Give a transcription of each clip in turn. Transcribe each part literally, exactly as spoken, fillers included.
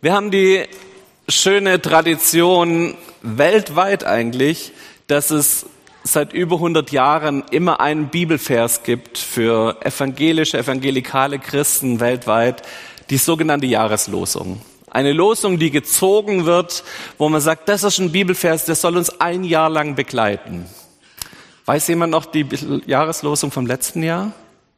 Wir haben die schöne Tradition weltweit eigentlich, dass es seit über hundert Jahren immer einen Bibelvers gibt für evangelische, evangelikale Christen weltweit, die sogenannte Jahreslosung. Eine Losung, die gezogen wird, wo man sagt, das ist ein Bibelvers, der soll uns ein Jahr lang begleiten. Weiß jemand noch die Jahreslosung vom letzten Jahr?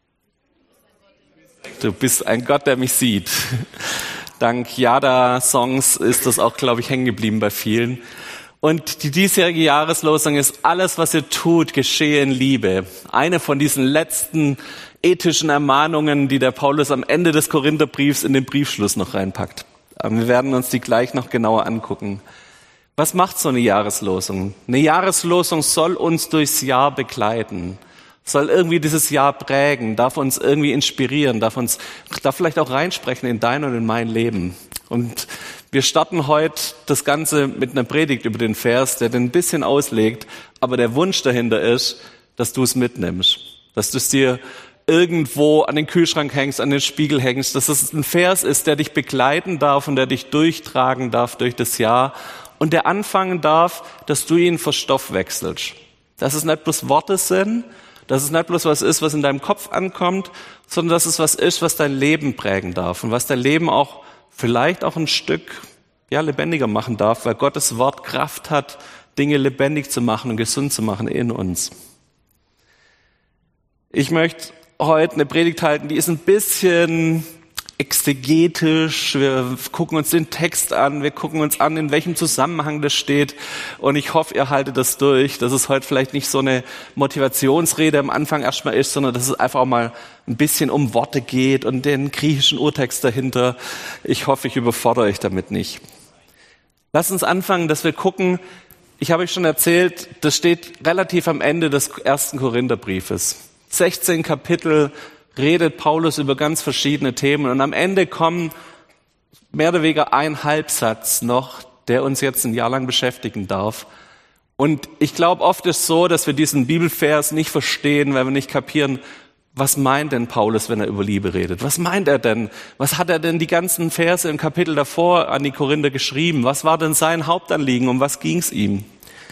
Du bist ein Gott, der mich sieht. Dank Yada-Songs ist das auch, glaube ich, hängen geblieben bei vielen. Und die diesjährige Jahreslosung ist, alles, was ihr tut, geschehe in Liebe. Eine von diesen letzten ethischen Ermahnungen, die der Paulus am Ende des Korintherbriefs in den Briefschluss noch reinpackt. Aber wir werden uns die gleich noch genauer angucken. Was macht so eine Jahreslosung? Eine Jahreslosung soll uns durchs Jahr begleiten, soll irgendwie dieses Jahr prägen, darf uns irgendwie inspirieren, darf uns, darf vielleicht auch reinsprechen in dein und in mein Leben. Und wir starten heute das Ganze mit einer Predigt über den Vers, der den ein bisschen auslegt, aber der Wunsch dahinter ist, dass du es mitnimmst, dass du es dir irgendwo an den Kühlschrank hängst, an den Spiegel hängst, dass es ein Vers ist, der dich begleiten darf und der dich durchtragen darf durch das Jahr und der anfangen darf, dass du ihn verstoffwechselst. Dass es nicht bloß Worte sind, dass es nicht bloß was ist, was in deinem Kopf ankommt, sondern dass es was ist, was dein Leben prägen darf und was dein Leben auch vielleicht auch ein Stück ja, lebendiger machen darf, weil Gottes Wort Kraft hat, Dinge lebendig zu machen und gesund zu machen in uns. Ich möchte heute eine Predigt halten, die ist ein bisschen exegetisch. Wir gucken uns den Text an, wir gucken uns an, in welchem Zusammenhang das steht. Und ich hoffe, ihr haltet das durch, dass es heute vielleicht nicht so eine Motivationsrede am Anfang erstmal ist, sondern dass es einfach auch mal ein bisschen um Worte geht und den griechischen Urtext dahinter. Ich hoffe, ich überfordere euch damit nicht. Lasst uns anfangen, dass wir gucken, ich habe euch schon erzählt, das steht relativ am Ende des ersten Korintherbriefes. sechzehn Kapitel redet Paulus über ganz verschiedene Themen und am Ende kommt mehr oder weniger ein Halbsatz noch, der uns jetzt ein Jahr lang beschäftigen darf. Und ich glaube, oft ist es so, dass wir diesen Bibelvers nicht verstehen, weil wir nicht kapieren, was meint denn Paulus, wenn er über Liebe redet? Was meint er denn? Was hat er denn die ganzen Verse im Kapitel davor an die Korinther geschrieben? Was war denn sein Hauptanliegen? Um was ging es ihm?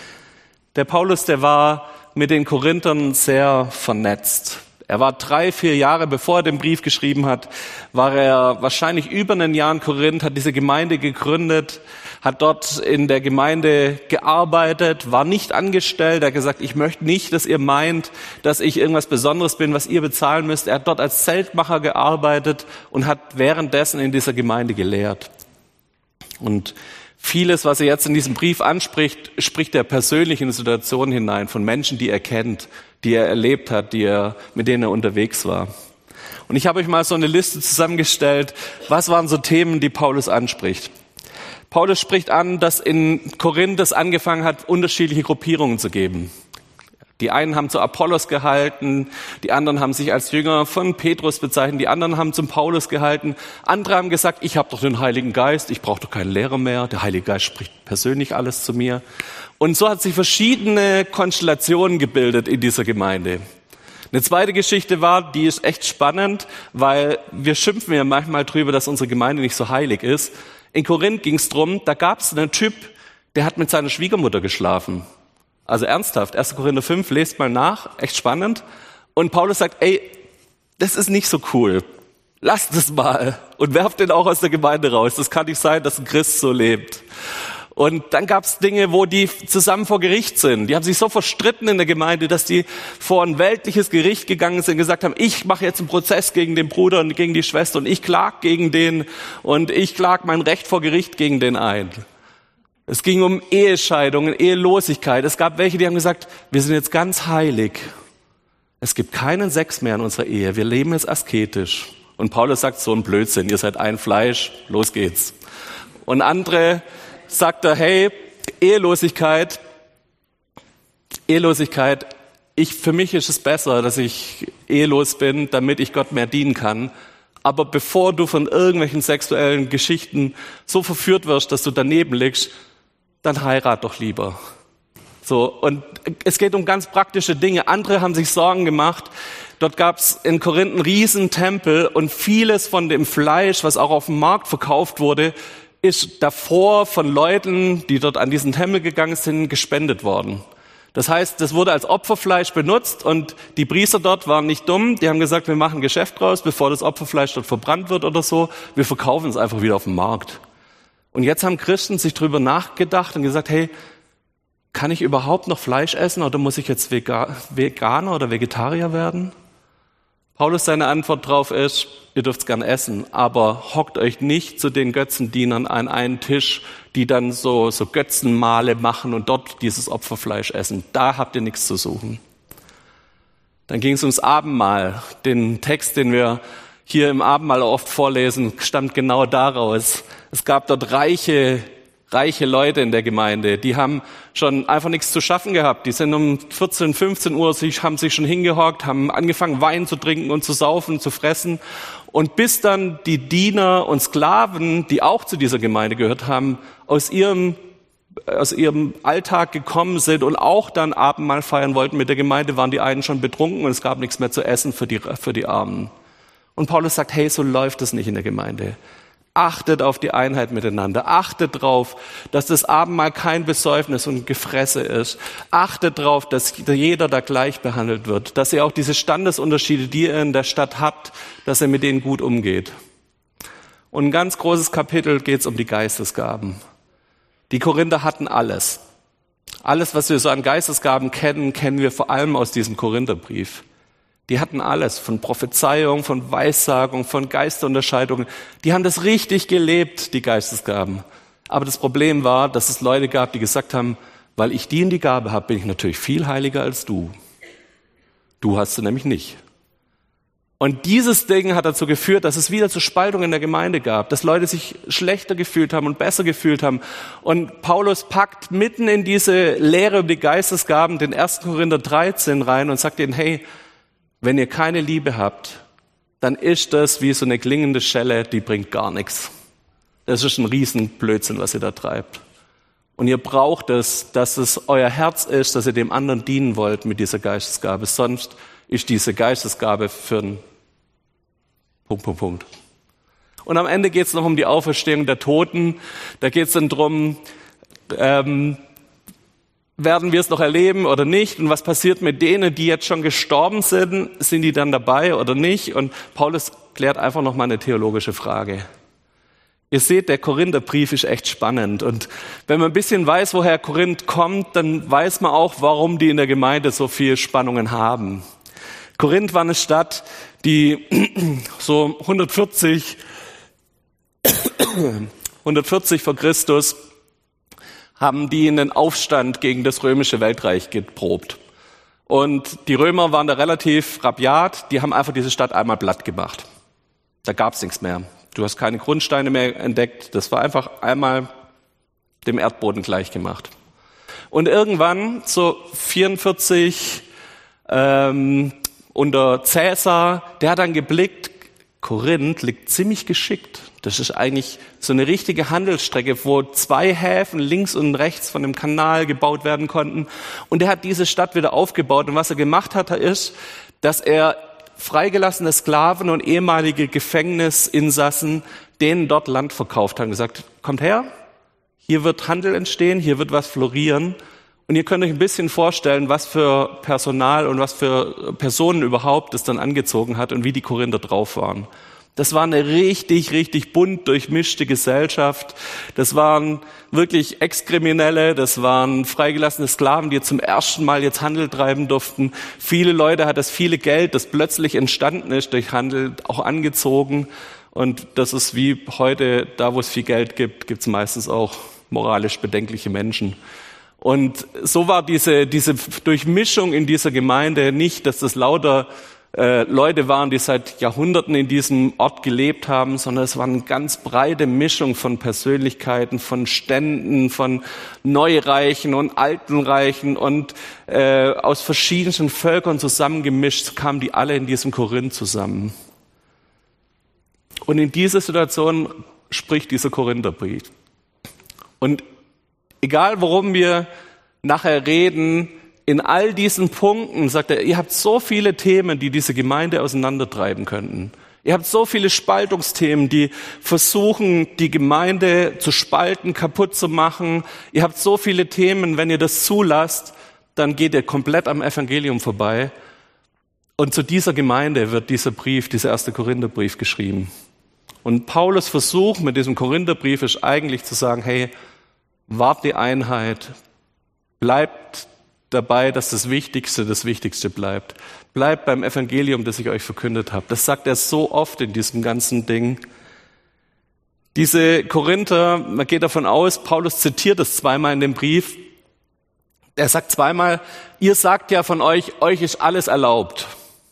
Der Paulus, der war mit den Korinthern sehr vernetzt. Er war drei, vier Jahre, bevor er den Brief geschrieben hat, war er wahrscheinlich über ein Jahr in Korinth, hat diese Gemeinde gegründet, hat dort in der Gemeinde gearbeitet, war nicht angestellt. Er hat gesagt, ich möchte nicht, dass ihr meint, dass ich irgendwas Besonderes bin, was ihr bezahlen müsst. Er hat dort als Zeltmacher gearbeitet und hat währenddessen in dieser Gemeinde gelehrt. Und vieles, was er jetzt in diesem Brief anspricht, spricht er persönlich in Situationen hinein von Menschen, die er kennt, die er erlebt hat, die er, mit denen er unterwegs war. Und ich habe euch mal so eine Liste zusammengestellt, was waren so Themen, die Paulus anspricht. Paulus spricht an, dass in Korinth es angefangen hat, unterschiedliche Gruppierungen zu geben. Die einen haben zu Apollos gehalten, die anderen haben sich als Jünger von Petrus bezeichnet, die anderen haben zum Paulus gehalten. Andere haben gesagt, ich habe doch den Heiligen Geist, ich brauche doch keinen Lehrer mehr, der Heilige Geist spricht persönlich alles zu mir. Und so hat sich verschiedene Konstellationen gebildet in dieser Gemeinde. Eine zweite Geschichte war, die ist echt spannend, weil wir schimpfen ja manchmal drüber, dass unsere Gemeinde nicht so heilig ist. In Korinth ging es drum, da gab es einen Typ, der hat mit seiner Schwiegermutter geschlafen. Also ernsthaft, erster Korinther fünf, lest mal nach, echt spannend. Und Paulus sagt, ey, das ist nicht so cool. Lasst es mal und werft den auch aus der Gemeinde raus. Das kann nicht sein, dass ein Christ so lebt. Und dann gab es Dinge, wo die zusammen vor Gericht sind. Die haben sich so verstritten in der Gemeinde, dass die vor ein weltliches Gericht gegangen sind und gesagt haben, ich mache jetzt einen Prozess gegen den Bruder und gegen die Schwester und ich klag gegen den und ich klag mein Recht vor Gericht gegen den ein. Es ging um Ehescheidungen, Ehelosigkeit. Es gab welche, die haben gesagt, wir sind jetzt ganz heilig. Es gibt keinen Sex mehr in unserer Ehe. Wir leben jetzt asketisch. Und Paulus sagt, so ein Blödsinn, ihr seid ein Fleisch, los geht's. Und andere sagte, hey, Ehelosigkeit, Ehelosigkeit, ich, für mich ist es besser, dass ich ehelos bin, damit ich Gott mehr dienen kann. Aber bevor du von irgendwelchen sexuellen Geschichten so verführt wirst, dass du daneben liegst, dann heirat doch lieber. So, und es geht um ganz praktische Dinge. Andere haben sich Sorgen gemacht. Dort gab es in Korinth einen riesen Tempel und vieles von dem Fleisch, was auch auf dem Markt verkauft wurde, ist davor von Leuten, die dort an diesen Tempel gegangen sind, gespendet worden. Das heißt, das wurde als Opferfleisch benutzt und die Priester dort waren nicht dumm. Die haben gesagt, wir machen ein Geschäft draus, bevor das Opferfleisch dort verbrannt wird oder so. Wir verkaufen es einfach wieder auf dem Markt. Und jetzt haben Christen sich drüber nachgedacht und gesagt, hey, kann ich überhaupt noch Fleisch essen oder muss ich jetzt Veganer oder Vegetarier werden? Paulus, seine Antwort drauf ist, ihr dürft's gern essen, aber hockt euch nicht zu den Götzendienern an einen Tisch, die dann so, so Götzenmahle machen und dort dieses Opferfleisch essen. Da habt ihr nichts zu suchen. Dann ging es ums Abendmahl. Den Text, den wir hier im Abendmahl oft vorlesen, stammt genau daraus. Es gab dort reiche reiche Leute in der Gemeinde, die haben schon einfach nichts zu schaffen gehabt. Die sind um vierzehn, fünfzehn Uhr, haben sich schon hingehockt, haben angefangen Wein zu trinken und zu saufen, zu fressen. Und bis dann die Diener und Sklaven, die auch zu dieser Gemeinde gehört haben, aus ihrem, aus ihrem Alltag gekommen sind und auch dann Abendmahl feiern wollten mit der Gemeinde, waren die einen schon betrunken und es gab nichts mehr zu essen für die, für die Armen. Und Paulus sagt, hey, so läuft es nicht in der Gemeinde. Achtet auf die Einheit miteinander. Achtet darauf, dass das Abendmahl kein Besäufnis und Gefresse ist. Achtet darauf, dass jeder da gleich behandelt wird. Dass ihr auch diese Standesunterschiede, die ihr in der Stadt habt, dass ihr mit denen gut umgeht. Und ein ganz großes Kapitel geht es um die Geistesgaben. Die Korinther hatten alles. Alles, was wir so an Geistesgaben kennen, kennen wir vor allem aus diesem Korintherbrief. Die hatten alles, von Prophezeiung, von Weissagung, von Geisterunterscheidungen. Die haben das richtig gelebt, die Geistesgaben. Aber das Problem war, dass es Leute gab, die gesagt haben, weil ich die in die Gabe habe, bin ich natürlich viel heiliger als du. Du hast sie nämlich nicht. Und dieses Ding hat dazu geführt, dass es wieder zu Spaltungen in der Gemeinde gab, dass Leute sich schlechter gefühlt haben und besser gefühlt haben. Und Paulus packt mitten in diese Lehre über die Geistesgaben den ersten Korinther dreizehn rein und sagt ihnen, hey, wenn ihr keine Liebe habt, dann ist das wie so eine klingende Schelle, die bringt gar nichts. Das ist ein Riesenblödsinn, was ihr da treibt. Und ihr braucht es, dass es euer Herz ist, dass ihr dem anderen dienen wollt mit dieser Geistesgabe. Sonst ist diese Geistesgabe für einen Punkt, Punkt, Punkt. Und am Ende geht es noch um die Auferstehung der Toten. Da geht es dann drum, ähm, werden wir es noch erleben oder nicht? Und was passiert mit denen, die jetzt schon gestorben sind? Sind die dann dabei oder nicht? Und Paulus klärt einfach noch mal eine theologische Frage. Ihr seht, der Korintherbrief ist echt spannend. Und wenn man ein bisschen weiß, woher Korinth kommt, dann weiß man auch, warum die in der Gemeinde so viel Spannungen haben. Korinth war eine Stadt, die so hundertvierzig, hundertvierzig vor Christus haben die einen Aufstand gegen das römische Weltreich geprobt. Und die Römer waren da relativ rabiat, die haben einfach diese Stadt einmal platt gemacht. Da gab's nichts mehr. Du hast keine Grundsteine mehr entdeckt. Das war einfach einmal dem Erdboden gleich gemacht. Und irgendwann, so vierundvierzig, ähm, unter Cäsar, der hat dann geblickt, Korinth liegt ziemlich geschickt. Das ist eigentlich so eine richtige Handelsstrecke, wo zwei Häfen links und rechts von dem Kanal gebaut werden konnten. Und er hat diese Stadt wieder aufgebaut. Und was er gemacht hat, ist, dass er freigelassene Sklaven und ehemalige Gefängnisinsassen denen dort Land verkauft hat und gesagt, kommt her, hier wird Handel entstehen, hier wird was florieren. Und ihr könnt euch ein bisschen vorstellen, was für Personal und was für Personen überhaupt es dann angezogen hat und wie die Korinther drauf waren. Das war eine richtig, richtig bunt durchmischte Gesellschaft. Das waren wirklich Ex-Kriminelle, das waren freigelassene Sklaven, die zum ersten Mal jetzt Handel treiben durften. Viele Leute hat das viele Geld, das plötzlich entstanden ist durch Handel, auch angezogen. Und das ist wie heute, da wo es viel Geld gibt, gibt es meistens auch moralisch bedenkliche Menschen. Und so war diese, diese Durchmischung in dieser Gemeinde nicht, dass das lauter äh, Leute waren, die seit Jahrhunderten in diesem Ort gelebt haben, sondern es war eine ganz breite Mischung von Persönlichkeiten, von Ständen, von Neureichen und Altenreichen und äh, aus verschiedenen Völkern zusammengemischt kamen die alle in diesem Korinth zusammen. Und in dieser Situation spricht dieser Korintherbrief. Und egal, worum wir nachher reden, in all diesen Punkten sagt er, ihr habt so viele Themen, die diese Gemeinde auseinandertreiben könnten. Ihr habt so viele Spaltungsthemen, die versuchen, die Gemeinde zu spalten, kaputt zu machen. Ihr habt so viele Themen, wenn ihr das zulasst, dann geht ihr komplett am Evangelium vorbei. Und zu dieser Gemeinde wird dieser Brief, dieser erste Korintherbrief geschrieben. Und Paulus Versuch mit diesem Korintherbrief ist eigentlich zu sagen, hey, wahrt die Einheit, bleibt dabei, dass das Wichtigste das Wichtigste bleibt. Bleibt beim Evangelium, das ich euch verkündet habe. Das sagt er so oft in diesem ganzen Ding. Diese Korinther, man geht davon aus, Paulus zitiert es zweimal in dem Brief. Er sagt zweimal, ihr sagt ja von euch, euch ist alles erlaubt.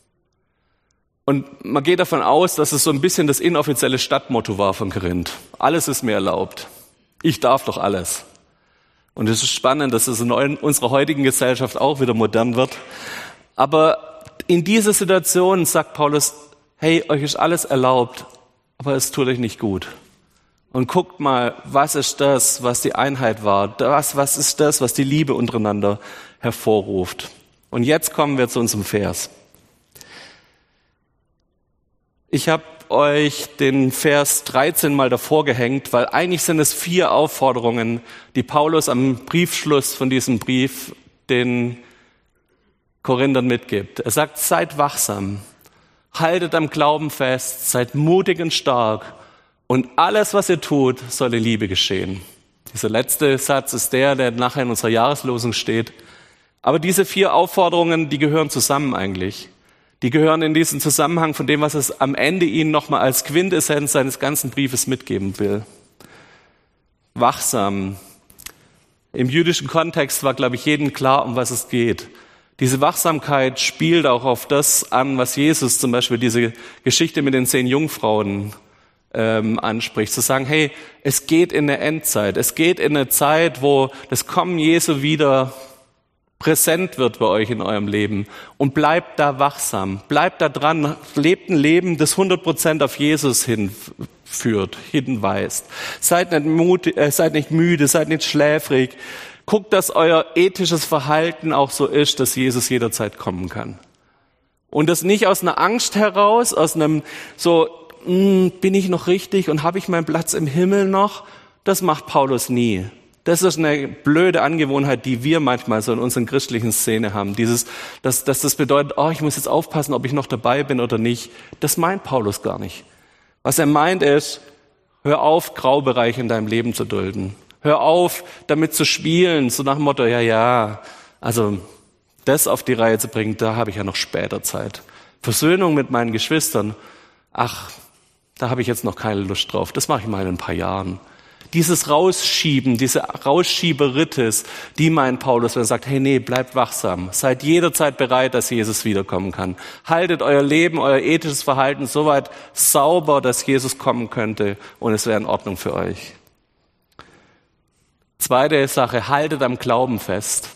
Und man geht davon aus, dass es so ein bisschen das inoffizielle Stadtmotto war von Korinth. Alles ist mir erlaubt. Ich darf doch alles. Und es ist spannend, dass es in unserer heutigen Gesellschaft auch wieder modern wird. Aber in dieser Situation sagt Paulus, hey, euch ist alles erlaubt, aber es tut euch nicht gut. Und guckt mal, was ist das, was die Einheit war? Was, was ist das, was die Liebe untereinander hervorruft? Und jetzt kommen wir zu unserem Vers. Ich habe euch den Vers dreizehn mal davor gehängt, weil eigentlich sind es vier Aufforderungen, die Paulus am Briefschluss von diesem Brief den Korinthern mitgibt. Er sagt, seid wachsam, haltet am Glauben fest, seid mutig und stark und alles, was ihr tut, soll in Liebe geschehen. Dieser letzte Satz ist der, der nachher in unserer Jahreslosung steht. Aber diese vier Aufforderungen, die gehören zusammen eigentlich. Die gehören in diesen Zusammenhang von dem, was es am Ende ihnen nochmal als Quintessenz seines ganzen Briefes mitgeben will. Wachsam. Im jüdischen Kontext war, glaube ich, jedem klar, um was es geht. Diese Wachsamkeit spielt auch auf das an, was Jesus zum Beispiel diese Geschichte mit den zehn Jungfrauen ähm, anspricht. Zu sagen, hey, es geht in eine Endzeit. Es geht in eine Zeit, wo das Kommen Jesu wieder präsent wird bei euch in eurem Leben und bleibt da wachsam, bleibt da dran, lebt ein Leben, das hundert Prozent auf Jesus hinführt, hinweist. Seid nicht, mutig, äh, seid nicht müde, seid nicht schläfrig. Guckt, dass euer ethisches Verhalten auch so ist, dass Jesus jederzeit kommen kann. Und das nicht aus einer Angst heraus, aus einem so, mh, bin ich noch richtig und habe ich meinen Platz im Himmel noch? Das macht Paulus nie. Das ist eine blöde Angewohnheit, die wir manchmal so in unseren christlichen Szene haben. Dieses, dass, dass das bedeutet, oh, ich muss jetzt aufpassen, ob ich noch dabei bin oder nicht. Das meint Paulus gar nicht. Was er meint ist, hör auf, Graubereiche in deinem Leben zu dulden. Hör auf, damit zu spielen, so nach dem Motto, ja, ja, also das auf die Reihe zu bringen, da habe ich ja noch später Zeit. Versöhnung mit meinen Geschwistern, ach, da habe ich jetzt noch keine Lust drauf. Das mache ich mal in ein paar Jahren. Dieses Rausschieben, diese Rausschieberitis, die meint Paulus, wenn er sagt, hey, nee, bleibt wachsam. Seid jederzeit bereit, dass Jesus wiederkommen kann. Haltet euer Leben, euer ethisches Verhalten so weit sauber, dass Jesus kommen könnte und es wäre in Ordnung für euch. Zweite Sache, haltet am Glauben fest.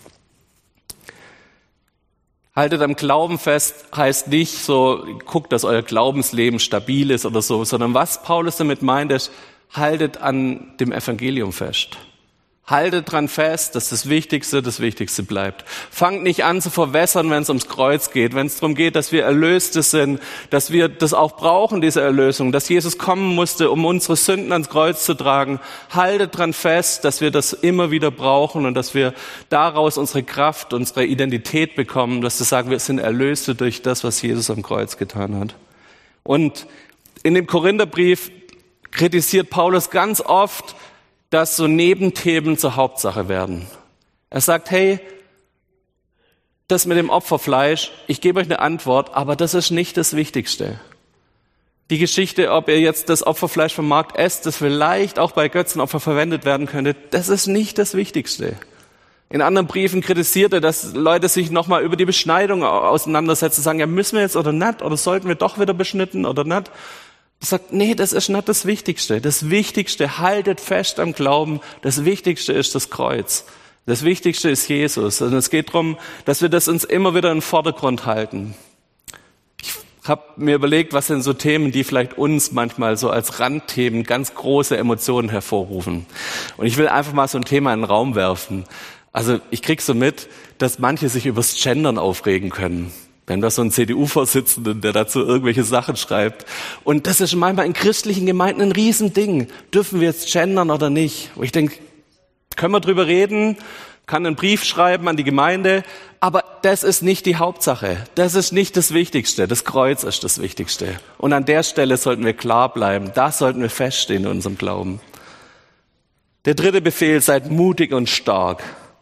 Haltet am Glauben fest heißt nicht so, guckt, dass euer Glaubensleben stabil ist oder so, sondern was Paulus damit meint, ist, haltet an dem Evangelium fest. Haltet dran fest, dass das Wichtigste das Wichtigste bleibt. Fangt nicht an zu verwässern, wenn es ums Kreuz geht, wenn es darum geht, dass wir Erlöste sind, dass wir das auch brauchen, diese Erlösung, dass Jesus kommen musste, um unsere Sünden ans Kreuz zu tragen. Haltet dran fest, dass wir das immer wieder brauchen und dass wir daraus unsere Kraft, unsere Identität bekommen, dass wir sagen, wir sind Erlöste durch das, was Jesus am Kreuz getan hat. Und in dem Korintherbrief kritisiert Paulus ganz oft, dass so Nebenthemen zur Hauptsache werden. Er sagt, hey, das mit dem Opferfleisch, ich gebe euch eine Antwort, aber das ist nicht das Wichtigste. Die Geschichte, ob ihr jetzt das Opferfleisch vom Markt esst, das vielleicht auch bei Götzenopfer verwendet werden könnte, das ist nicht das Wichtigste. In anderen Briefen kritisiert er, dass Leute sich nochmal über die Beschneidung auseinandersetzen, sagen, ja, müssen wir jetzt oder nicht, oder sollten wir doch wieder beschnitten oder nicht? Er sagt, nee, das ist nicht das Wichtigste. Das Wichtigste, haltet fest am Glauben, das Wichtigste ist das Kreuz. Das Wichtigste ist Jesus. Und es geht darum, dass wir das uns immer wieder in den Vordergrund halten. Ich habe mir überlegt, was sind so Themen, die vielleicht uns manchmal so als Randthemen ganz große Emotionen hervorrufen. Und ich will einfach mal so ein Thema in den Raum werfen. Also ich krieg so mit, dass manche sich übers Gendern aufregen können. Wir haben da so einen C D U-Vorsitzenden, der dazu irgendwelche Sachen schreibt. Und das ist manchmal in christlichen Gemeinden ein Riesending. Dürfen wir jetzt gendern oder nicht? Und ich denke, können wir drüber reden, kann einen Brief schreiben an die Gemeinde, aber das ist nicht die Hauptsache. Das ist nicht das Wichtigste. Das Kreuz ist das Wichtigste. Und an der Stelle sollten wir klar bleiben. Da sollten wir feststehen in unserem Glauben. Der dritte Befehl, seid mutig und stark.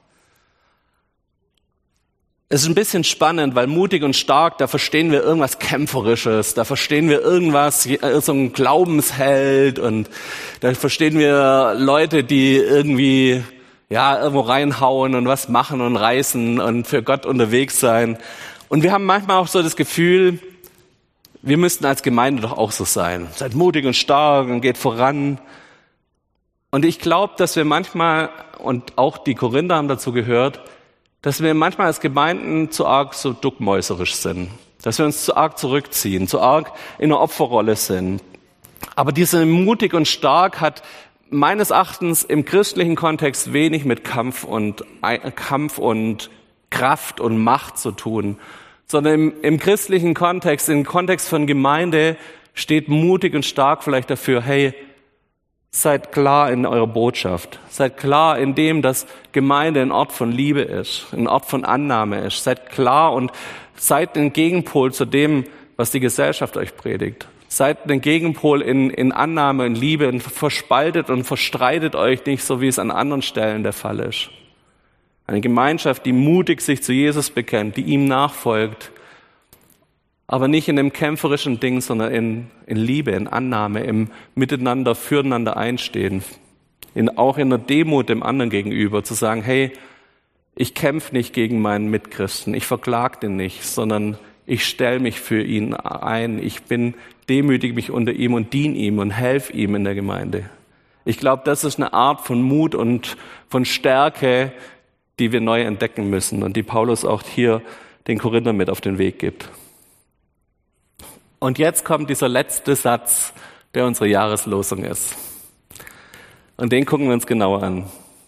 Es ist ein bisschen spannend, weil mutig und stark, da verstehen wir irgendwas Kämpferisches, da verstehen wir irgendwas, so ein Glaubensheld und da verstehen wir Leute, die irgendwie ja irgendwo reinhauen und was machen und reißen und für Gott unterwegs sein. Und wir haben manchmal auch so das Gefühl, wir müssten als Gemeinde doch auch so sein. Seid mutig und stark und geht voran. Und ich glaube, dass wir manchmal, und auch die Korinther haben dazu gehört, dass wir manchmal als Gemeinden zu arg so duckmäuserisch sind, dass wir uns zu arg zurückziehen, zu arg in einer Opferrolle sind. Aber diese mutig und stark hat meines Erachtens im christlichen Kontext wenig mit Kampf und Kampf und Kraft und Macht zu tun, sondern im, im christlichen Kontext, im Kontext von Gemeinde steht mutig und stark vielleicht dafür, hey, seid klar in eurer Botschaft. Seid klar in dem, dass Gemeinde ein Ort von Liebe ist, ein Ort von Annahme ist. Seid klar und seid ein Gegenpol zu dem, was die Gesellschaft euch predigt. Seid ein Gegenpol in, in Annahme und Liebe und verspaltet und verstreitet euch nicht, so wie es an anderen Stellen der Fall ist. Eine Gemeinschaft, die mutig sich zu Jesus bekennt, die ihm nachfolgt, aber nicht in dem kämpferischen Ding, sondern in, in Liebe, in Annahme, im Miteinander, füreinander einstehen. In, auch in der Demut dem anderen gegenüber, zu sagen, hey, ich kämpfe nicht gegen meinen Mitchristen, ich verklag den nicht, sondern ich stelle mich für ihn ein, ich bin demütig mich unter ihm und diene ihm und helfe ihm in der Gemeinde. Ich glaube, das ist eine Art von Mut und von Stärke, die wir neu entdecken müssen und die Paulus auch hier den Korinthern mit auf den Weg gibt. Und jetzt kommt dieser letzte Satz, der unsere Jahreslosung ist. Und den gucken wir uns genauer an.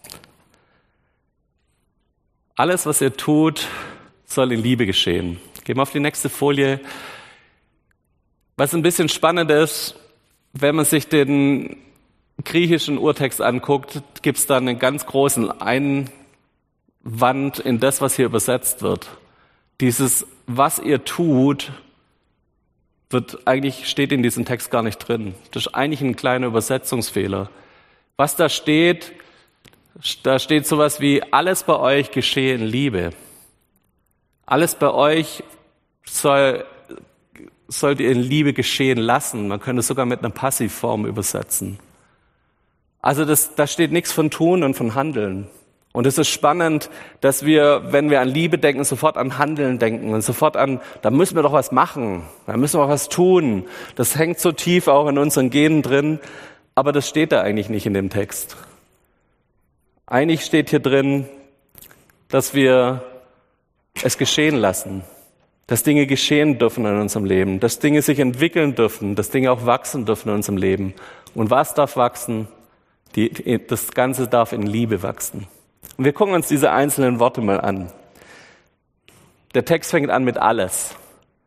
Alles, was ihr tut, soll in Liebe geschehen. Gehen wir auf die nächste Folie. Was ein bisschen spannend ist, wenn man sich den griechischen Urtext anguckt, gibt es da einen ganz großen Einwand in das, was hier übersetzt wird. Dieses, was ihr tut, wird eigentlich steht in diesem Text gar nicht drin. Das ist eigentlich ein kleiner Übersetzungsfehler. Was da steht, da steht sowas wie, alles bei euch geschehe in Liebe. Alles bei euch soll, sollt ihr in Liebe geschehen lassen. Man könnte es sogar mit einer Passivform übersetzen. Also das, da steht nichts von tun und von handeln. Und es ist spannend, dass wir, wenn wir an Liebe denken, sofort an Handeln denken und sofort an, da müssen wir doch was machen, da müssen wir auch was tun. Das hängt so tief auch in unseren Genen drin, aber das steht da eigentlich nicht in dem Text. Eigentlich steht hier drin, dass wir es geschehen lassen, dass Dinge geschehen dürfen in unserem Leben, dass Dinge sich entwickeln dürfen, dass Dinge auch wachsen dürfen in unserem Leben. Und was darf wachsen? Die, das Ganze darf in Liebe wachsen. Und wir gucken uns diese einzelnen Worte mal an. Der Text fängt an mit alles.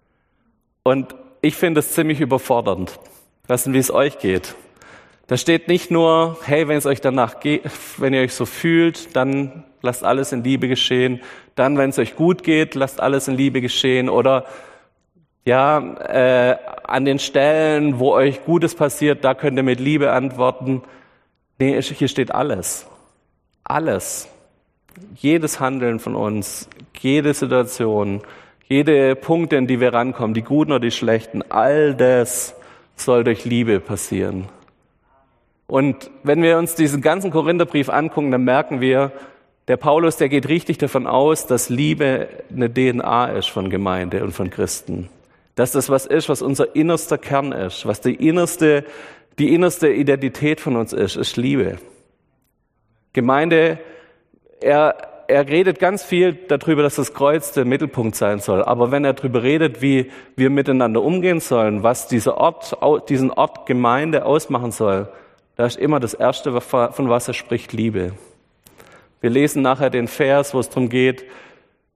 Und ich finde es ziemlich überfordernd. Ich weiß nicht, wie es euch geht. Da steht nicht nur, hey, wenn es euch danach geht, wenn ihr euch so fühlt, dann lasst alles in Liebe geschehen. Dann, wenn es euch gut geht, lasst alles in Liebe geschehen. Oder ja, äh, an den Stellen, wo euch Gutes passiert, da könnt ihr mit Liebe antworten. Nee, hier steht alles. Alles. Jedes Handeln von uns, jede Situation, jede Punkte, in die wir rankommen, die guten oder die schlechten, all das soll durch Liebe passieren. Und wenn wir uns diesen ganzen Korintherbrief angucken, dann merken wir, der Paulus, der geht richtig davon aus, dass Liebe eine D N A ist von Gemeinde und von Christen. Dass das was ist, was unser innerster Kern ist, was die innerste, die innerste Identität von uns ist, ist Liebe. Gemeinde, er, er redet ganz viel darüber, dass das Kreuz der Mittelpunkt sein soll. Aber wenn er darüber redet, wie wir miteinander umgehen sollen, was dieser Ort, diesen Ort Gemeinde ausmachen soll, da ist immer das Erste, von was er spricht, Liebe. Wir lesen nachher den Vers, wo es darum geht,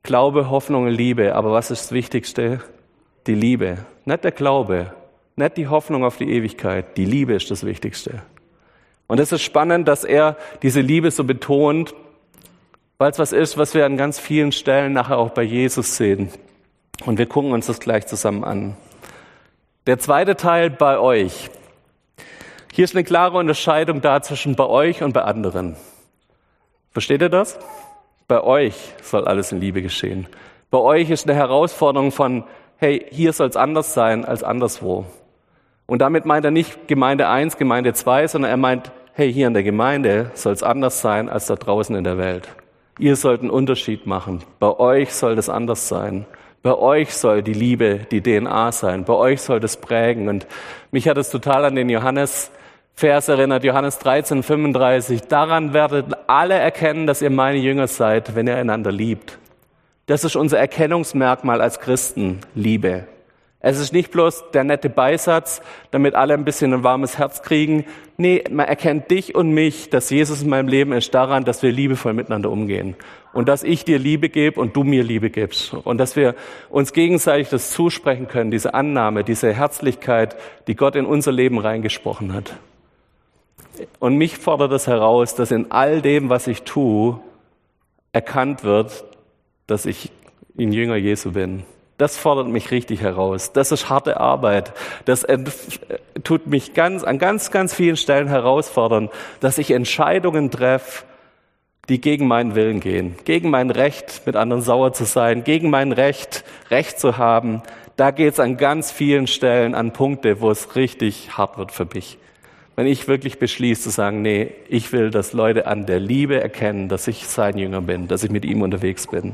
Glaube, Hoffnung und Liebe. Aber was ist das Wichtigste? Die Liebe. Nicht der Glaube, nicht die Hoffnung auf die Ewigkeit. Die Liebe ist das Wichtigste. Und es ist spannend, dass er diese Liebe so betont, weil es was ist, was wir an ganz vielen Stellen nachher auch bei Jesus sehen. Und wir gucken uns das gleich zusammen an. Der zweite Teil bei euch. Hier ist eine klare Unterscheidung da zwischen bei euch und bei anderen. Versteht ihr das? Bei euch soll alles in Liebe geschehen. Bei euch ist eine Herausforderung von, hey, hier soll es anders sein als anderswo. Und damit meint er nicht Gemeinde eins, Gemeinde zwei, sondern er meint, hey, hier in der Gemeinde soll es anders sein als da draußen in der Welt. Ihr sollt einen Unterschied machen. Bei euch soll das anders sein. Bei euch soll die Liebe die D N A sein. Bei euch soll das prägen. Und mich hat es total an den Johannes-Vers erinnert, Johannes dreizehn, fünfunddreißig. Daran werdet alle erkennen, dass ihr meine Jünger seid, wenn ihr einander liebt. Das ist unser Erkennungsmerkmal als Christen, Liebe. Es ist nicht bloß der nette Beisatz, damit alle ein bisschen ein warmes Herz kriegen. Nee, man erkennt dich und mich, dass Jesus in meinem Leben ist, daran, dass wir liebevoll miteinander umgehen. Und dass ich dir Liebe gebe und du mir Liebe gibst. Und dass wir uns gegenseitig das zusprechen können, diese Annahme, diese Herzlichkeit, die Gott in unser Leben reingesprochen hat. Und mich fordert es heraus, dass in all dem, was ich tue, erkannt wird, dass ich ein Jünger Jesu bin. Das fordert mich richtig heraus. Das ist harte Arbeit. Das tut mich ganz, an ganz, ganz vielen Stellen herausfordern, dass ich Entscheidungen treffe, die gegen meinen Willen gehen. Gegen mein Recht, mit anderen sauer zu sein. Gegen mein Recht, Recht zu haben. Da geht es an ganz vielen Stellen an Punkte, wo es richtig hart wird für mich. Wenn ich wirklich beschließe zu sagen, nee, ich will, dass Leute an der Liebe erkennen, dass ich sein Jünger bin, dass ich mit ihm unterwegs bin.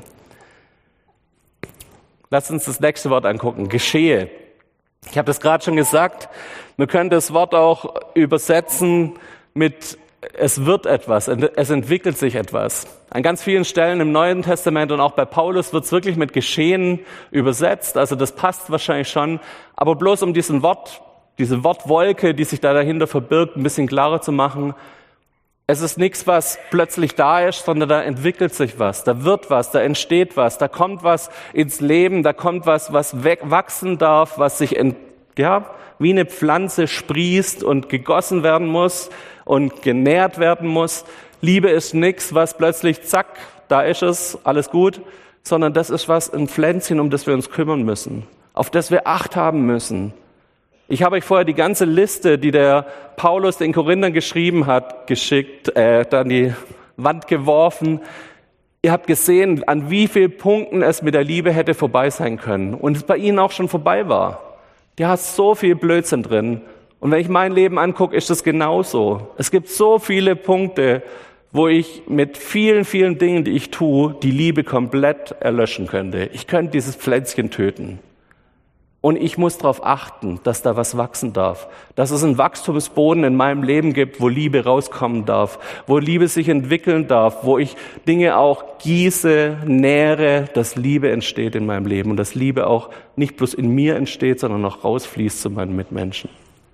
Lass uns das nächste Wort angucken, geschehe. Ich habe das gerade schon gesagt, man könnte das Wort auch übersetzen mit es wird etwas, es entwickelt sich etwas. An ganz vielen Stellen im Neuen Testament und auch bei Paulus wird es wirklich mit geschehen übersetzt, also das passt wahrscheinlich schon, aber bloß um diesen Wort, diese Wortwolke, die sich da dahinter verbirgt, ein bisschen klarer zu machen. Es ist nichts, was plötzlich da ist, sondern da entwickelt sich was, da wird was, da entsteht was, da kommt was ins Leben, da kommt was, was wachsen darf, was sich ent, ja, wie eine Pflanze sprießt und gegossen werden muss und genährt werden muss. Liebe ist nichts, was plötzlich, zack, da ist es, alles gut, sondern das ist was, ein Pflänzchen, um das wir uns kümmern müssen, auf das wir Acht haben müssen. Ich habe euch vorher die ganze Liste, die der Paulus den Korinthern geschrieben hat, geschickt, äh, an die Wand geworfen. Ihr habt gesehen, an wie vielen Punkten es mit der Liebe hätte vorbei sein können. Und es bei ihnen auch schon vorbei war. Da ist so viel Blödsinn drin. Und wenn ich mein Leben angucke, ist es genauso. Es gibt so viele Punkte, wo ich mit vielen, vielen Dingen, die ich tue, die Liebe komplett erlöschen könnte. Ich könnte dieses Pflänzchen töten. Und ich muss darauf achten, dass da was wachsen darf, dass es einen Wachstumsboden in meinem Leben gibt, wo Liebe rauskommen darf, wo Liebe sich entwickeln darf, wo ich Dinge auch gieße, nähre, dass Liebe entsteht in meinem Leben und dass Liebe auch nicht bloß in mir entsteht, sondern auch rausfließt zu meinen Mitmenschen.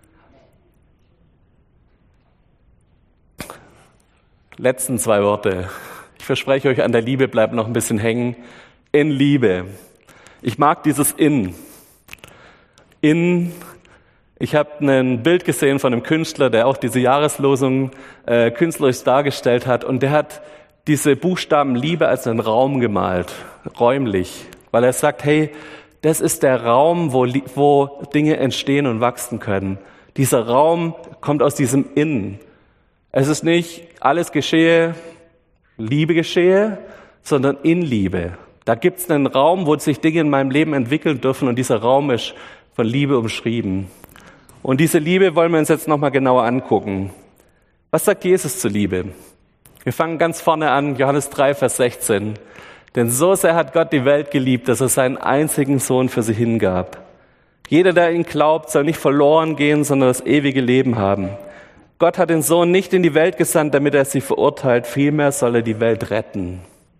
Letzten zwei Worte. Ich verspreche euch, an der Liebe bleibt noch ein bisschen hängen. In Liebe. Ich mag dieses In. In, ich habe ein Bild gesehen von einem Künstler, der auch diese Jahreslosung äh, künstlerisch dargestellt hat. Und der hat diese Buchstaben Liebe als einen Raum gemalt, räumlich. Weil er sagt, hey, das ist der Raum, wo, wo Dinge entstehen und wachsen können. Dieser Raum kommt aus diesem In. Es ist nicht alles geschehe, Liebe geschehe, sondern in Liebe. Da gibt es einen Raum, wo sich Dinge in meinem Leben entwickeln dürfen und dieser Raum ist von Liebe umschrieben. Und diese Liebe wollen wir uns jetzt nochmal genauer angucken. Was sagt Jesus zur Liebe? Wir fangen ganz vorne an, Johannes drei, Vers sechzehn. Denn so sehr hat Gott die Welt geliebt, dass er seinen einzigen Sohn für sie hingab. Jeder, der ihn glaubt, soll nicht verloren gehen, sondern das ewige Leben haben. Gott hat den Sohn nicht in die Welt gesandt, damit er sie verurteilt, vielmehr soll er die Welt retten.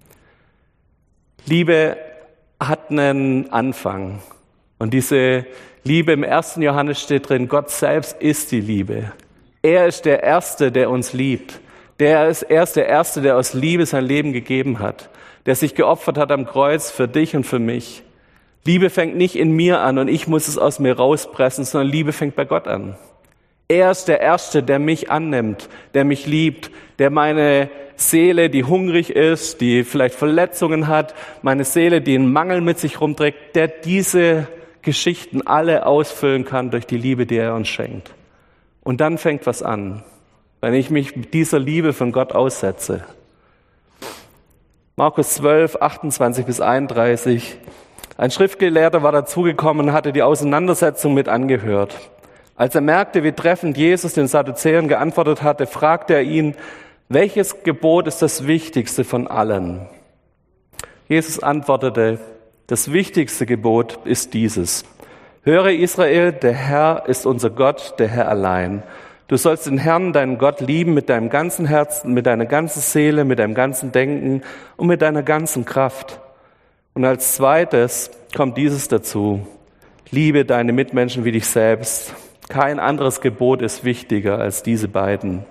Liebe hat einen Anfang. Und diese Liebe im ersten Johannes steht drin, Gott selbst ist die Liebe. Er ist der Erste, der uns liebt. Der ist erst der Erste, der aus Liebe sein Leben gegeben hat, der sich geopfert hat am Kreuz für dich und für mich. Liebe fängt nicht in mir an und ich muss es aus mir rauspressen, sondern Liebe fängt bei Gott an. Er ist der Erste, der mich annimmt, der mich liebt, der meine Seele, die hungrig ist, die vielleicht Verletzungen hat, meine Seele, die einen Mangel mit sich rumträgt, der diese Geschichten alle ausfüllen kann durch die Liebe, die er uns schenkt. Und dann fängt was an, wenn ich mich mit dieser Liebe von Gott aussetze. Markus zwölf, achtundzwanzig bis einunddreißig. Ein Schriftgelehrter war dazugekommen und hatte die Auseinandersetzung mit angehört. Als er merkte, wie treffend Jesus den Sadduzäern geantwortet hatte, fragte er ihn, welches Gebot ist das wichtigste von allen? Jesus antwortete, das wichtigste Gebot ist dieses. Höre Israel, der Herr ist unser Gott, der Herr allein. Du sollst den Herrn, deinen Gott, lieben mit deinem ganzen Herzen, mit deiner ganzen Seele, mit deinem ganzen Denken und mit deiner ganzen Kraft. Und als zweites kommt dieses dazu. Liebe deine Mitmenschen wie dich selbst. Kein anderes Gebot ist wichtiger als diese beiden.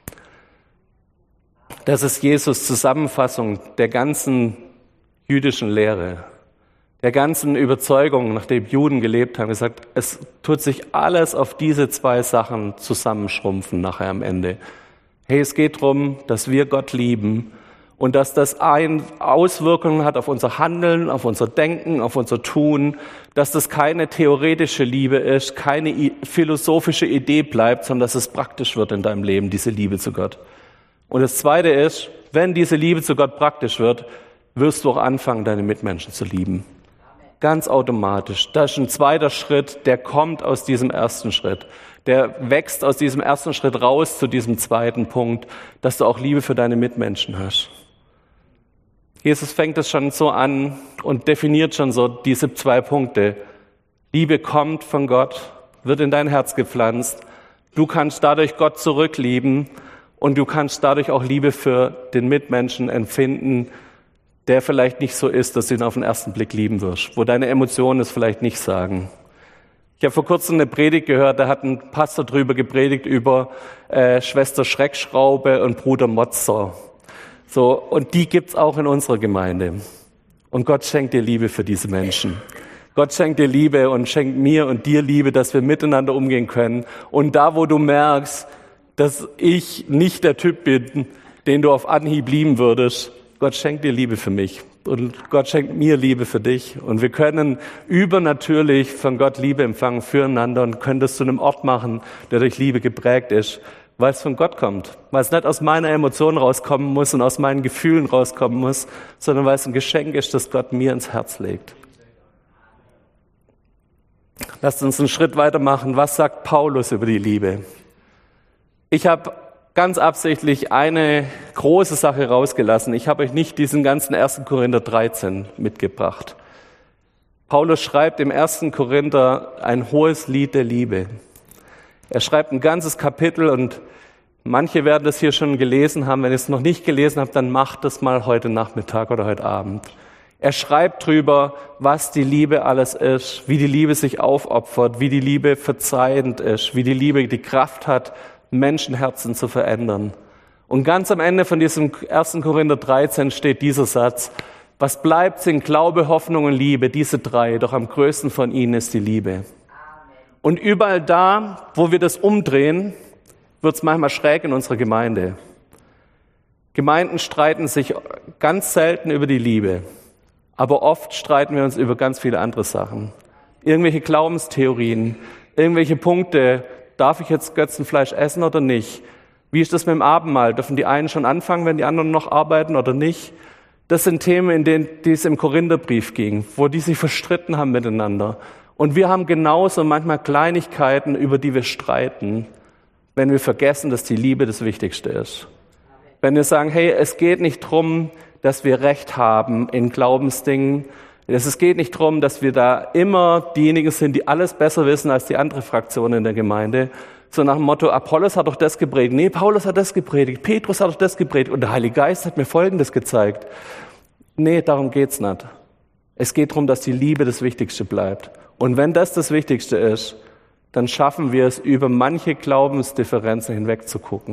Das ist Jesus' Zusammenfassung der ganzen jüdischen Lehre, der ganzen Überzeugung, nach der Juden gelebt haben. Er sagt, es tut sich alles auf diese zwei Sachen zusammenschrumpfen nachher am Ende. Hey, es geht darum, dass wir Gott lieben und dass das ein Auswirkungen hat auf unser Handeln, auf unser Denken, auf unser Tun, dass das keine theoretische Liebe ist, keine philosophische Idee bleibt, sondern dass es praktisch wird in deinem Leben, diese Liebe zu Gott. Und das Zweite ist, wenn diese Liebe zu Gott praktisch wird, wirst du auch anfangen, deine Mitmenschen zu lieben. Ganz automatisch. Das ist ein zweiter Schritt, der kommt aus diesem ersten Schritt. Der wächst aus diesem ersten Schritt raus zu diesem zweiten Punkt, dass du auch Liebe für deine Mitmenschen hast. Jesus fängt es schon so an und definiert schon so diese zwei Punkte. Liebe kommt von Gott, wird in dein Herz gepflanzt. Du kannst dadurch Gott zurücklieben und du kannst dadurch auch Liebe für den Mitmenschen empfinden, der vielleicht nicht so ist, dass du ihn auf den ersten Blick lieben wirst, wo deine Emotionen es vielleicht nicht sagen. Ich habe vor kurzem eine Predigt gehört, da hat ein Pastor drüber gepredigt über äh, Schwester Schreckschraube und Bruder Motzer. So, und die gibt's auch in unserer Gemeinde. Und Gott schenkt dir Liebe für diese Menschen. Gott schenkt dir Liebe und schenkt mir und dir Liebe, dass wir miteinander umgehen können. Und da, wo du merkst, dass ich nicht der Typ bin, den du auf Anhieb lieben würdest, Gott schenkt dir Liebe für mich und Gott schenkt mir Liebe für dich. Und wir können übernatürlich von Gott Liebe empfangen füreinander und können das zu einem Ort machen, der durch Liebe geprägt ist, weil es von Gott kommt. Weil es nicht aus meiner Emotion rauskommen muss und aus meinen Gefühlen rauskommen muss, sondern weil es ein Geschenk ist, das Gott mir ins Herz legt. Lasst uns einen Schritt weitermachen. Was sagt Paulus über die Liebe? Ich habe ganz absichtlich eine große Sache rausgelassen. Ich habe euch nicht diesen ganzen ersten Korinther dreizehn mitgebracht. Paulus schreibt im ersten Korinther ein hohes Lied der Liebe. Er schreibt ein ganzes Kapitel und manche werden das hier schon gelesen haben. Wenn ihr es noch nicht gelesen habt, dann macht das mal heute Nachmittag oder heute Abend. Er schreibt drüber, was die Liebe alles ist, wie die Liebe sich aufopfert, wie die Liebe verzeihend ist, wie die Liebe die Kraft hat, Menschenherzen zu verändern. Und ganz am Ende von diesem ersten Korinther dreizehn steht dieser Satz: Was bleibt, sind Glaube, Hoffnung und Liebe, diese drei, doch am größten von ihnen ist die Liebe. Amen. Und überall da, wo wir das umdrehen, wird es manchmal schräg in unserer Gemeinde. Gemeinden streiten sich ganz selten über die Liebe, aber oft streiten wir uns über ganz viele andere Sachen. Irgendwelche Glaubenstheorien, irgendwelche Punkte. Darf ich jetzt Götzenfleisch essen oder nicht? Wie ist das mit dem Abendmahl? Dürfen die einen schon anfangen, wenn die anderen noch arbeiten oder nicht? Das sind Themen, in denen die es im Korintherbrief ging, wo die sich verstritten haben miteinander. Und wir haben genauso manchmal Kleinigkeiten, über die wir streiten, wenn wir vergessen, dass die Liebe das Wichtigste ist. Wenn wir sagen, hey, es geht nicht darum, dass wir Recht haben in Glaubensdingen. Es geht nicht darum, dass wir da immer diejenigen sind, die alles besser wissen als die andere Fraktion in der Gemeinde. So nach dem Motto, Apollos hat doch das gepredigt. Nee, Paulus hat das gepredigt. Petrus hat doch das gepredigt. Und der Heilige Geist hat mir Folgendes gezeigt. Nee, darum geht's nicht. Es geht darum, dass die Liebe das Wichtigste bleibt. Und wenn das das Wichtigste ist, dann schaffen wir es, über manche Glaubensdifferenzen hinweg zu gucken.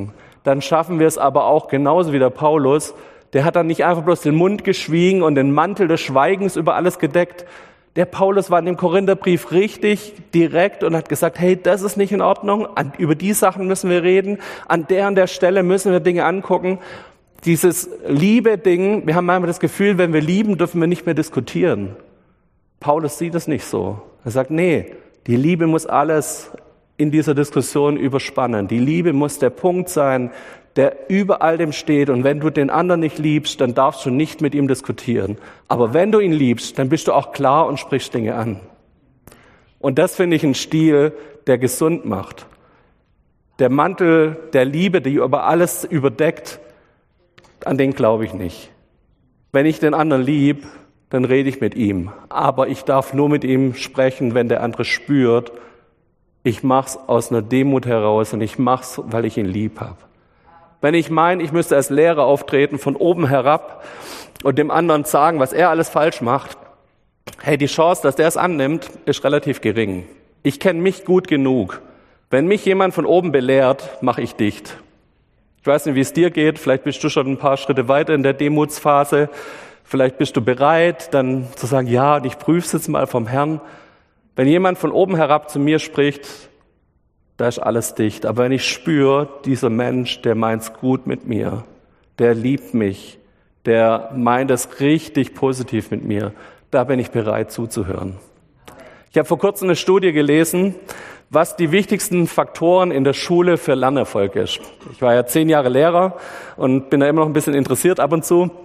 dann schaffen wir es aber auch genauso wie der Paulus. Der hat dann nicht einfach bloß den Mund geschwiegen und den Mantel des Schweigens über alles gedeckt. Der Paulus war in dem Korintherbrief richtig direkt und hat gesagt, hey, das ist nicht in Ordnung, an, über die Sachen müssen wir reden, an der und der Stelle müssen wir Dinge angucken. Dieses Liebe-Ding, wir haben manchmal das Gefühl, wenn wir lieben, dürfen wir nicht mehr diskutieren. Paulus sieht es nicht so. Er sagt, nee, die Liebe muss alles in dieser Diskussion überspannen. Die Liebe muss der Punkt sein, der über all dem steht. Und wenn du den anderen nicht liebst, dann darfst du nicht mit ihm diskutieren. Aber wenn du ihn liebst, dann bist du auch klar und sprichst Dinge an. Und das finde ich ein Stil, der gesund macht. Der Mantel der Liebe, die über alles überdeckt, an den glaube ich nicht. Wenn ich den anderen lieb, dann rede ich mit ihm. Aber ich darf nur mit ihm sprechen, wenn der andere spürt, ich mach's aus einer Demut heraus und ich mach's, weil ich ihn lieb habe. Wenn ich meine, ich müsste als Lehrer auftreten, von oben herab und dem anderen sagen, was er alles falsch macht, hey, die Chance, dass der es annimmt, ist relativ gering. Ich kenne mich gut genug. Wenn mich jemand von oben belehrt, mache ich dicht. Ich weiß nicht, wie es dir geht. Vielleicht bist du schon ein paar Schritte weiter in der Demutsphase. Vielleicht bist du bereit, dann zu sagen, ja, und ich prüfe es jetzt mal vom Herrn. Wenn jemand von oben herab zu mir spricht, da ist alles dicht. Aber wenn ich spüre, dieser Mensch, der meint's gut mit mir, der liebt mich, der meint es richtig positiv mit mir, da bin ich bereit zuzuhören. Ich habe vor kurzem eine Studie gelesen, was die wichtigsten Faktoren in der Schule für Lernerfolg ist. Ich war ja zehn Jahre Lehrer und bin da immer noch ein bisschen interessiert ab und zu.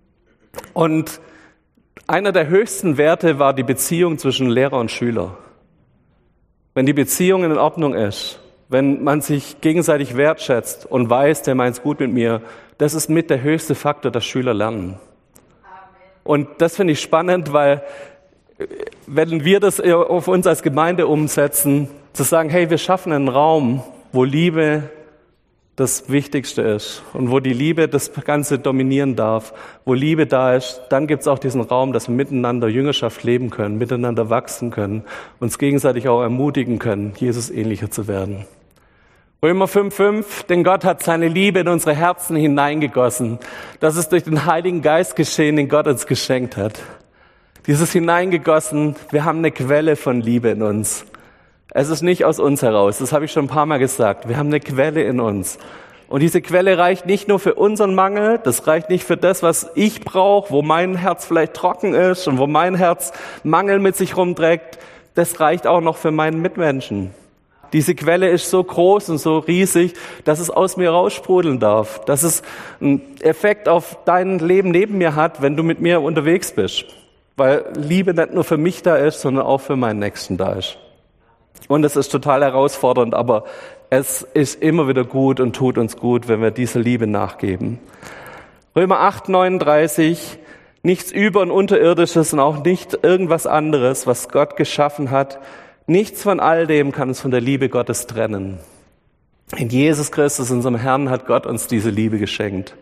Und einer der höchsten Werte war die Beziehung zwischen Lehrer und Schüler. Wenn die Beziehung in Ordnung ist, wenn man sich gegenseitig wertschätzt und weiß, der meint's gut mit mir, das ist mit der höchste Faktor, dass Schüler lernen. Und das finde ich spannend, weil wenn wir das auf uns als Gemeinde umsetzen, zu sagen, hey, wir schaffen einen Raum, wo Liebe das Wichtigste ist und wo die Liebe das Ganze dominieren darf, wo Liebe da ist, dann gibt es auch diesen Raum, dass wir miteinander Jüngerschaft leben können, miteinander wachsen können, uns gegenseitig auch ermutigen können, Jesus ähnlicher zu werden. Römer fünf fünf, denn Gott hat seine Liebe in unsere Herzen hineingegossen. Das ist durch den Heiligen Geist geschehen, den Gott uns geschenkt hat. Dieses hineingegossen, wir haben eine Quelle von Liebe in uns. Es ist nicht aus uns heraus, das habe ich schon ein paar Mal gesagt. Wir haben eine Quelle in uns. Und diese Quelle reicht nicht nur für unseren Mangel, das reicht nicht für das, was ich brauche, wo mein Herz vielleicht trocken ist und wo mein Herz Mangel mit sich rumträgt. Das reicht auch noch für meinen Mitmenschen. Diese Quelle ist so groß und so riesig, dass es aus mir raussprudeln darf. Dass es einen Effekt auf dein Leben neben mir hat, wenn du mit mir unterwegs bist. Weil Liebe nicht nur für mich da ist, sondern auch für meinen Nächsten da ist. Und es ist total herausfordernd, aber es ist immer wieder gut und tut uns gut, wenn wir dieser Liebe nachgeben. Römer acht neununddreißig, nichts Über- und Unterirdisches und auch nicht irgendwas anderes, was Gott geschaffen hat. Nichts von all dem kann uns von der Liebe Gottes trennen. In Jesus Christus, unserem Herrn, hat Gott uns diese Liebe geschenkt.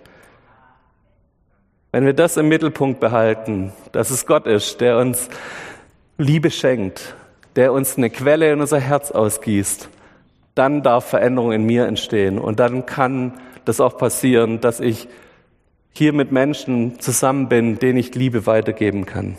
Wenn wir das im Mittelpunkt behalten, dass es Gott ist, der uns Liebe schenkt, der uns eine Quelle in unser Herz ausgießt, dann darf Veränderung in mir entstehen. Und dann kann das auch passieren, dass ich hier mit Menschen zusammen bin, denen ich Liebe weitergeben kann.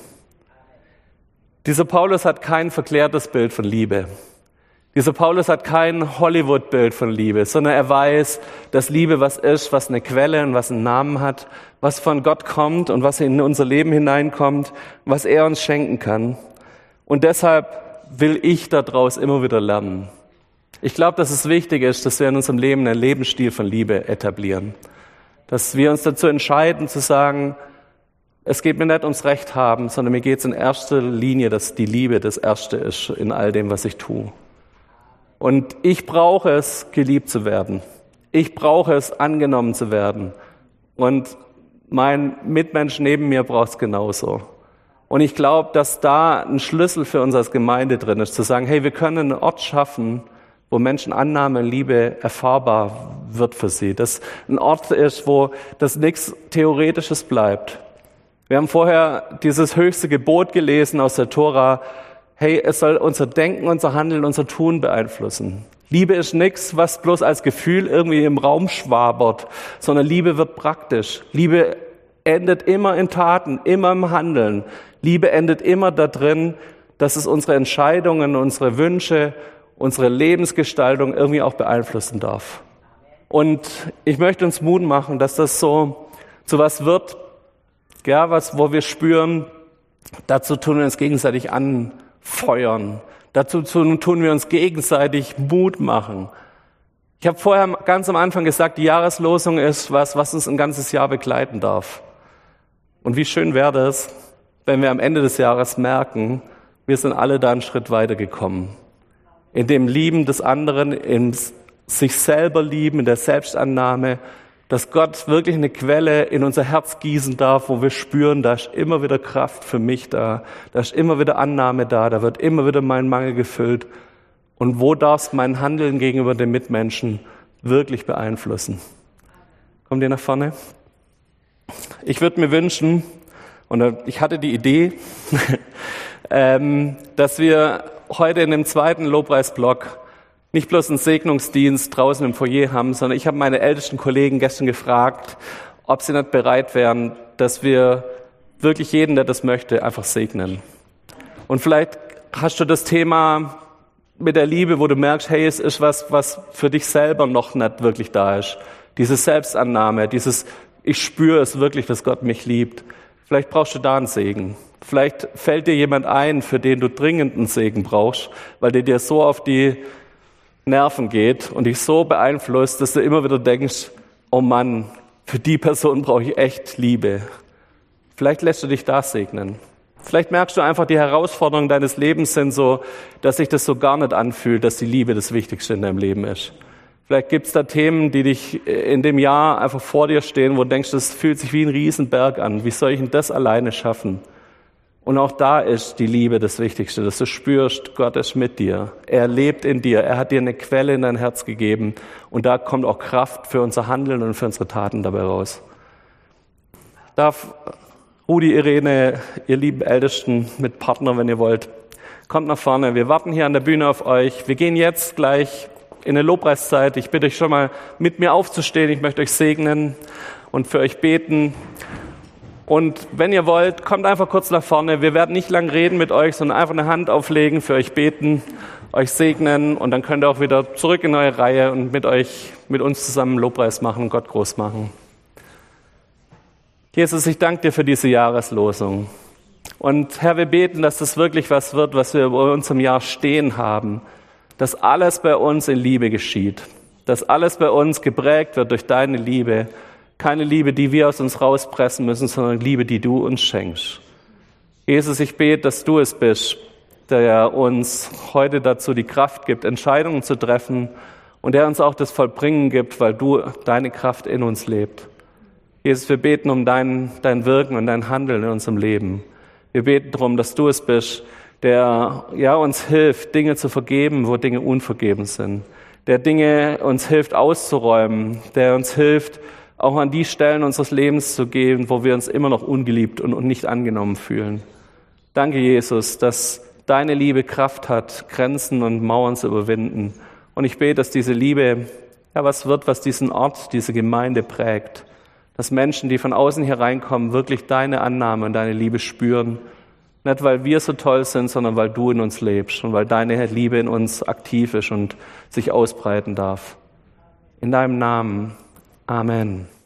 Dieser Paulus hat kein verklärtes Bild von Liebe. Dieser Paulus hat kein Hollywood-Bild von Liebe, sondern er weiß, dass Liebe was ist, was eine Quelle und was einen Namen hat, was von Gott kommt und was in unser Leben hineinkommt, was er uns schenken kann. Und deshalb will ich daraus immer wieder lernen. Ich glaube, dass es wichtig ist, dass wir in unserem Leben einen Lebensstil von Liebe etablieren. Dass wir uns dazu entscheiden, zu sagen, es geht mir nicht ums Recht haben, sondern mir geht es in erster Linie, dass die Liebe das Erste ist in all dem, was ich tue. Und ich brauche es, geliebt zu werden. Ich brauche es, angenommen zu werden. Und mein Mitmensch neben mir braucht es genauso. Und ich glaube, dass da ein Schlüssel für uns als Gemeinde drin ist, zu sagen, hey, wir können einen Ort schaffen, wo Menschen Annahme und Liebe erfahrbar wird für sie. Dass ein Ort ist, wo das nichts Theoretisches bleibt. Wir haben vorher dieses höchste Gebot gelesen aus der Tora. Hey, es soll unser Denken, unser Handeln, unser Tun beeinflussen. Liebe ist nichts, was bloß als Gefühl irgendwie im Raum schwabert, sondern Liebe wird praktisch. Liebe endet immer in Taten, immer im Handeln. Liebe endet immer da drin, dass es unsere Entscheidungen, unsere Wünsche, unsere Lebensgestaltung irgendwie auch beeinflussen darf. Und ich möchte uns Mut machen, dass das so zu was wird, ja, was, wo wir spüren, dazu tun wir uns gegenseitig anfeuern. Dazu tun wir uns gegenseitig Mut machen. Ich habe vorher ganz am Anfang gesagt, die Jahreslosung ist was, was uns ein ganzes Jahr begleiten darf. Und wie schön wäre das, wenn wir am Ende des Jahres merken, wir sind alle da einen Schritt weitergekommen. In dem Lieben des anderen, in sich selber lieben, in der Selbstannahme, dass Gott wirklich eine Quelle in unser Herz gießen darf, wo wir spüren, da ist immer wieder Kraft für mich da, da ist immer wieder Annahme da, da wird immer wieder mein Mangel gefüllt. Und wo darf es mein Handeln gegenüber den Mitmenschen wirklich beeinflussen? Kommt ihr nach vorne? Ich würde mir wünschen, und ich hatte die Idee, dass wir heute in dem zweiten Lobpreisblock nicht bloß einen Segnungsdienst draußen im Foyer haben, sondern ich habe meine ältesten Kollegen gestern gefragt, ob sie nicht bereit wären, dass wir wirklich jeden, der das möchte, einfach segnen. Und vielleicht hast du das Thema mit der Liebe, wo du merkst, hey, es ist was, was für dich selber noch nicht wirklich da ist. Diese Selbstannahme, dieses, ich spüre es wirklich, dass Gott mich liebt. Vielleicht brauchst du da einen Segen. Vielleicht fällt dir jemand ein, für den du dringend einen Segen brauchst, weil der dir so auf die Nerven geht und dich so beeinflusst, dass du immer wieder denkst, oh Mann, für die Person brauche ich echt Liebe. Vielleicht lässt du dich da segnen. Vielleicht merkst du einfach, die Herausforderungen deines Lebens sind so, dass sich das so gar nicht anfühlt, dass die Liebe das Wichtigste in deinem Leben ist. Vielleicht gibt es da Themen, die dich in dem Jahr einfach vor dir stehen, wo du denkst, das fühlt sich wie ein Riesenberg an. Wie soll ich denn das alleine schaffen? Und auch da ist die Liebe das Wichtigste, dass du spürst, Gott ist mit dir. Er lebt in dir. Er hat dir eine Quelle in dein Herz gegeben. Und da kommt auch Kraft für unser Handeln und für unsere Taten dabei raus. Darf Rudi, Irene, ihr lieben Ältesten mit Partner, wenn ihr wollt, kommt nach vorne. Wir warten hier an der Bühne auf euch. Wir gehen jetzt gleich in eine Lobpreiszeit. Ich bitte euch schon mal, mit mir aufzustehen. Ich möchte euch segnen und für euch beten. Und wenn ihr wollt, kommt einfach kurz nach vorne. Wir werden nicht lang reden mit euch, sondern einfach eine Hand auflegen, für euch beten, euch segnen und dann könnt ihr auch wieder zurück in eure Reihe und mit euch, mit uns zusammen Lobpreis machen und Gott groß machen. Jesus, ich danke dir für diese Jahreslosung. Und Herr, wir beten, dass das wirklich was wird, was wir über uns im Jahr stehen haben. Dass alles bei uns in Liebe geschieht. Dass alles bei uns geprägt wird durch deine Liebe. Keine Liebe, die wir aus uns rauspressen müssen, sondern Liebe, die du uns schenkst. Jesus, ich bete, dass du es bist, der uns heute dazu die Kraft gibt, Entscheidungen zu treffen und der uns auch das Vollbringen gibt, weil du deine Kraft in uns lebt. Jesus, wir beten um dein, dein Wirken und dein Handeln in unserem Leben. Wir beten darum, dass du es bist, der ja, uns hilft, Dinge zu vergeben, wo Dinge unvergeben sind. Der Dinge uns hilft auszuräumen, der uns hilft, auch an die Stellen unseres Lebens zu gehen, wo wir uns immer noch ungeliebt und nicht angenommen fühlen. Danke, Jesus, dass deine Liebe Kraft hat, Grenzen und Mauern zu überwinden. Und ich bete, dass diese Liebe ja was wird, was diesen Ort, diese Gemeinde prägt. Dass Menschen, die von außen hier reinkommen, wirklich deine Annahme und deine Liebe spüren. Nicht, weil wir so toll sind, sondern weil du in uns lebst und weil deine Liebe in uns aktiv ist und sich ausbreiten darf. In deinem Namen. Amen.